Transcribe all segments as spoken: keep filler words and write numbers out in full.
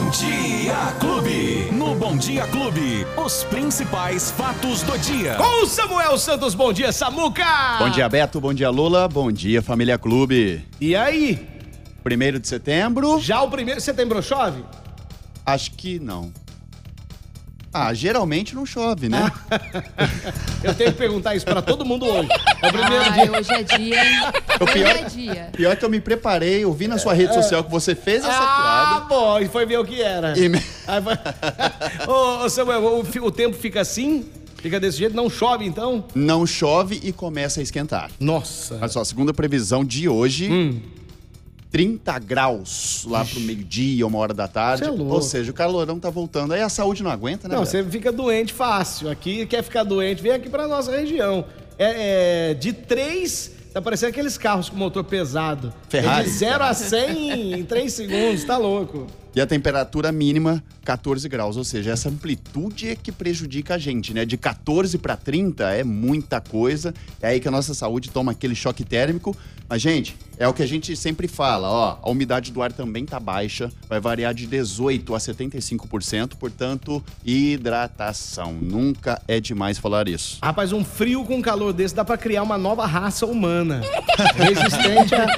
Bom Dia Clube. No Bom Dia Clube, os principais fatos do dia. Com o Samuel Santos, bom dia, Samuca! Bom dia, Beto, bom dia, Lula, bom dia, Família Clube. E aí? Primeiro de setembro? Já o primeiro de setembro chove? Acho que não. Ah, geralmente não chove, né? Eu tenho que perguntar isso pra todo mundo hoje. É o primeiro Ai, dia. hoje é dia, hein? O pior, Hoje é dia. pior que eu me preparei, eu vi na sua rede social que você fez essa Ah, piada. bom, e foi ver o que era. E me- Aí foi... Ô, ô, Samuel, o, fi- o tempo fica assim? Fica desse jeito? Não chove, então? Não chove e começa a esquentar. Nossa. Olha só, segundo a previsão de hoje, Hum. trinta graus lá pro meio-dia, uma hora da tarde. Cê é louco. Ou seja, o calorão tá voltando. Aí a saúde não aguenta, né, Não, Beto? você fica doente fácil. Aqui, quer ficar doente, vem aqui pra nossa região. É, é de três... Tá parecendo aqueles carros com motor pesado. Ferrari. É de zero a cem em três segundos, tá louco. E a temperatura mínima, quatorze graus. Ou seja, essa amplitude é que prejudica a gente, né? De quatorze para trinta é muita coisa. É aí que a nossa saúde toma aquele choque térmico. Mas, gente, é o que a gente sempre fala, ó. A umidade do ar também tá baixa. Vai variar de dezoito a setenta e cinco por cento. Portanto, hidratação. Nunca é demais falar isso. Rapaz, um frio com calor desse dá pra criar uma nova raça humana. Resistente a,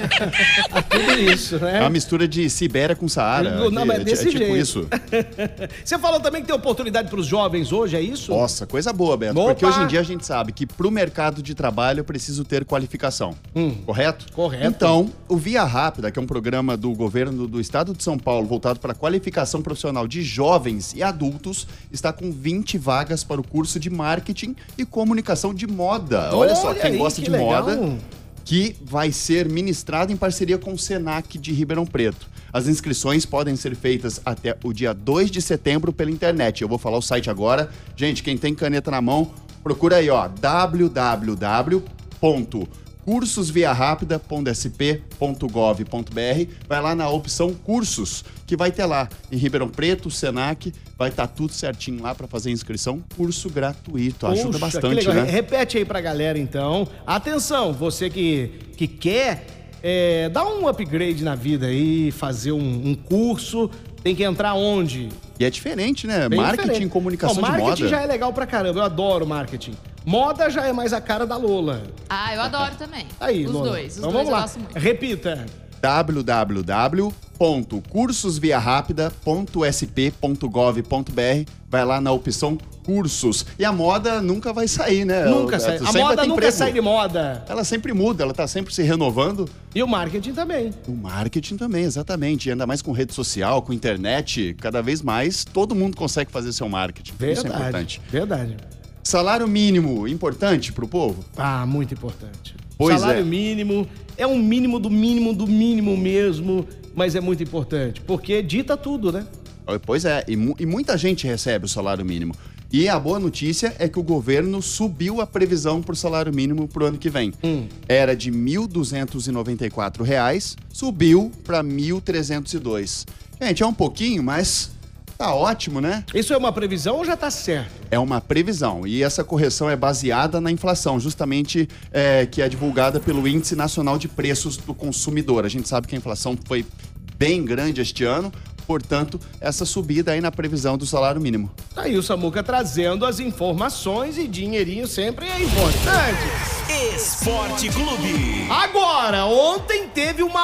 a tudo isso, É né? uma mistura de Sibéria com Saara. Não, mas é, desse é tipo jeito. isso. Você falou também que tem oportunidade pros jovens hoje, é isso? Nossa, coisa boa, Beto. Opa! Porque hoje em dia a gente sabe que pro mercado de trabalho eu preciso ter qualificação. Hum. Correto? Correto. Então, o Via Rápida, que é um programa do governo do estado de São Paulo voltado para a qualificação profissional de jovens e adultos, está com vinte vagas para o curso de marketing e comunicação de moda. Olha, só, quem aí, gosta que de legal. moda, que vai ser ministrado em parceria com o Senac de Ribeirão Preto. As inscrições podem ser feitas até o dia dois de setembro pela internet. Eu vou falar o site agora. Gente, quem tem caneta na mão, procura aí, ó, w w w ponto cursos via rápida ponto s p ponto gov ponto b r. Vai lá na opção cursos, que vai ter lá em Ribeirão Preto, Senac, vai estar tudo certinho lá para fazer inscrição. Curso gratuito, ajuda Poxa, que bastante, legal. né? Repete aí pra galera, então. Atenção, você que, que quer é, dar um upgrade na vida aí, fazer um, um curso, tem que entrar onde? E é diferente, né? Bem Marketing, diferente. comunicação Não, de moda. marketing já é legal pra caramba, eu adoro marketing. Moda já é mais a cara da Lola. Ah, eu adoro também. Aí, Os Lola. dois, os então dois vamos eu lá. gosto muito. Repita. w w w ponto cursos via rápida ponto s p ponto gov ponto b r. Vai lá na opção cursos. E a moda nunca vai sair, né? Nunca Beto? sai. A Sempre vai moda ter nunca emprego. sai de moda. Ela sempre muda, ela tá sempre se renovando. E o marketing também. O marketing também, exatamente. E ainda mais com rede social, com internet, cada vez mais todo mundo consegue fazer seu marketing. Isso é Verdade. importante. Verdade. Salário mínimo, importante pro povo? Ah, muito importante. Pois Salário é. mínimo é um mínimo do mínimo do mínimo mesmo, mas é muito importante, porque dita tudo, né? Pois é, e, mu- e muita gente recebe o salário mínimo. E a boa notícia é que o governo subiu a previsão para o salário mínimo para o ano que vem. Hum. Era de mil duzentos e noventa e quatro reais, subiu para mil trezentos e dois. Gente, é um pouquinho, mas tá ótimo, né? Isso é uma previsão ou já tá certo? É uma previsão e essa correção é baseada na inflação, justamente é, que é divulgada pelo Índice Nacional de Preços do Consumidor. A gente sabe que a inflação foi bem grande este ano, portanto, essa subida aí na previsão do salário mínimo. Tá aí o Samuca trazendo as informações e dinheirinho sempre é importante. Esporte Clube. Agora, ontem teve uma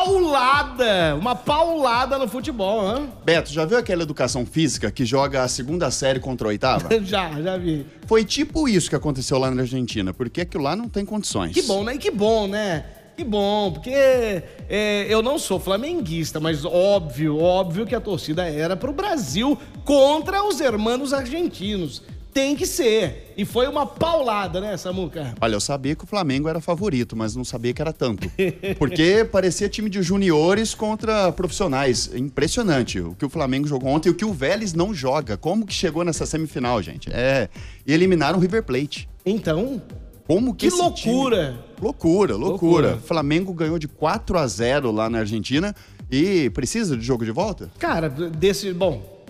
paulada, uma paulada no futebol, hã? Beto, já viu aquela educação física que joga a segunda série contra a oitava? Já, já vi. Foi tipo isso que aconteceu lá na Argentina, porque aquilo lá não tem condições. Que bom, né? E que bom, né? Que bom, porque é, eu não sou flamenguista, mas óbvio, óbvio que a torcida era pro Brasil contra os hermanos argentinos. Tem que ser. E foi uma paulada, né, Samuca? Olha, eu sabia que o Flamengo era favorito, mas não sabia que era tanto. Porque parecia time de juniores contra profissionais. Impressionante o que o Flamengo jogou ontem e o que o Vélez não joga. Como que chegou nessa semifinal, gente? É, e eliminaram o River Plate. Então, Como que que esse loucura. time- Loucura, loucura. Loucura. Flamengo ganhou de quatro a zero lá na Argentina e precisa de jogo de volta? Cara, desse, bom,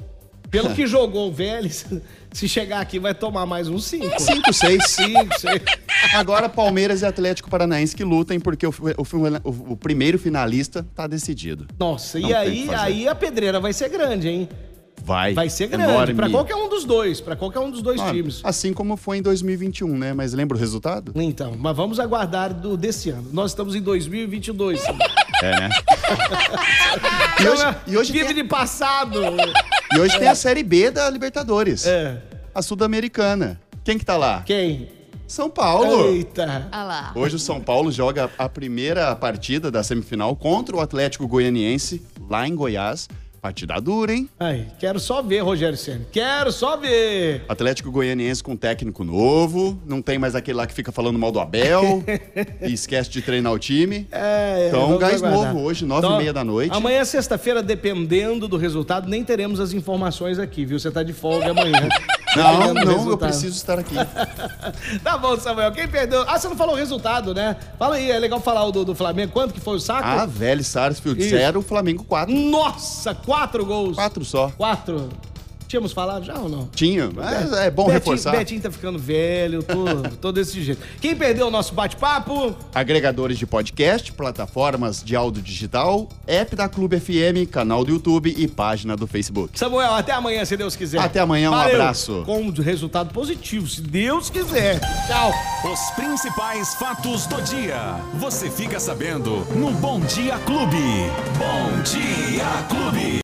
Pelo que jogou o Vélez, se chegar aqui vai tomar mais uns cinco. cinco, seis. Cinco, seis. Agora Palmeiras e Atlético Paranaense que lutem, porque o, o, o, o primeiro finalista tá decidido. Nossa, Não e tem o aí, que fazer. aí a pedreira vai ser grande, hein? Vai. Vai ser grande, enorme. pra qualquer um dos dois, pra qualquer um dos dois Ah, times. Assim como foi em dois mil e vinte e um, né? Mas lembra o resultado? Então, mas vamos aguardar do, desse ano. Nós estamos em dois mil e vinte e dois. É, né? E hoje, e hoje Vive tem, de passado. e hoje tem a Série B da Libertadores. É. A Sul-Americana. Quem que tá lá? Quem? São Paulo. Eita. Olha lá. Hoje o São Paulo joga a primeira partida da semifinal contra o Atlético Goianiense, lá em Goiás. Partida dura, hein? Ai, quero só ver, Rogério Ceni. Quero só ver. Atlético Goianiense com técnico novo, não tem mais aquele lá que fica falando mal do Abel e esquece de treinar o time. É, Então, vamos gás aguardar. novo hoje, nove e meia da noite. Amanhã, sexta-feira, dependendo do resultado, nem teremos as informações aqui, viu? Você tá de folga amanhã. Não, Dependendo do não, eu resultado. preciso estar aqui. Tá bom, Samuel. Quem perdeu? Ah, você não falou o resultado, né? Fala aí, é legal falar o do, do Flamengo. Quanto que foi o saco? Ah, Vélez Sarsfield Isso. zero, Flamengo quatro. Nossa, quatro gols. Quatro só. Quatro. Tínhamos falado já ou não? Tinha, mas é bom Betinho, reforçar. Betinho tá ficando velho, tô, tô desse jeito. Quem perdeu o nosso bate-papo? Agregadores de podcast, plataformas de áudio digital, app da Clube F M, canal do YouTube e página do Facebook. Samuel, até amanhã, se Deus quiser. Até amanhã, um Valeu. abraço. Com um resultado positivo, se Deus quiser. Tchau. Os principais fatos do dia. Você fica sabendo no Bom Dia Clube. Bom Dia Clube.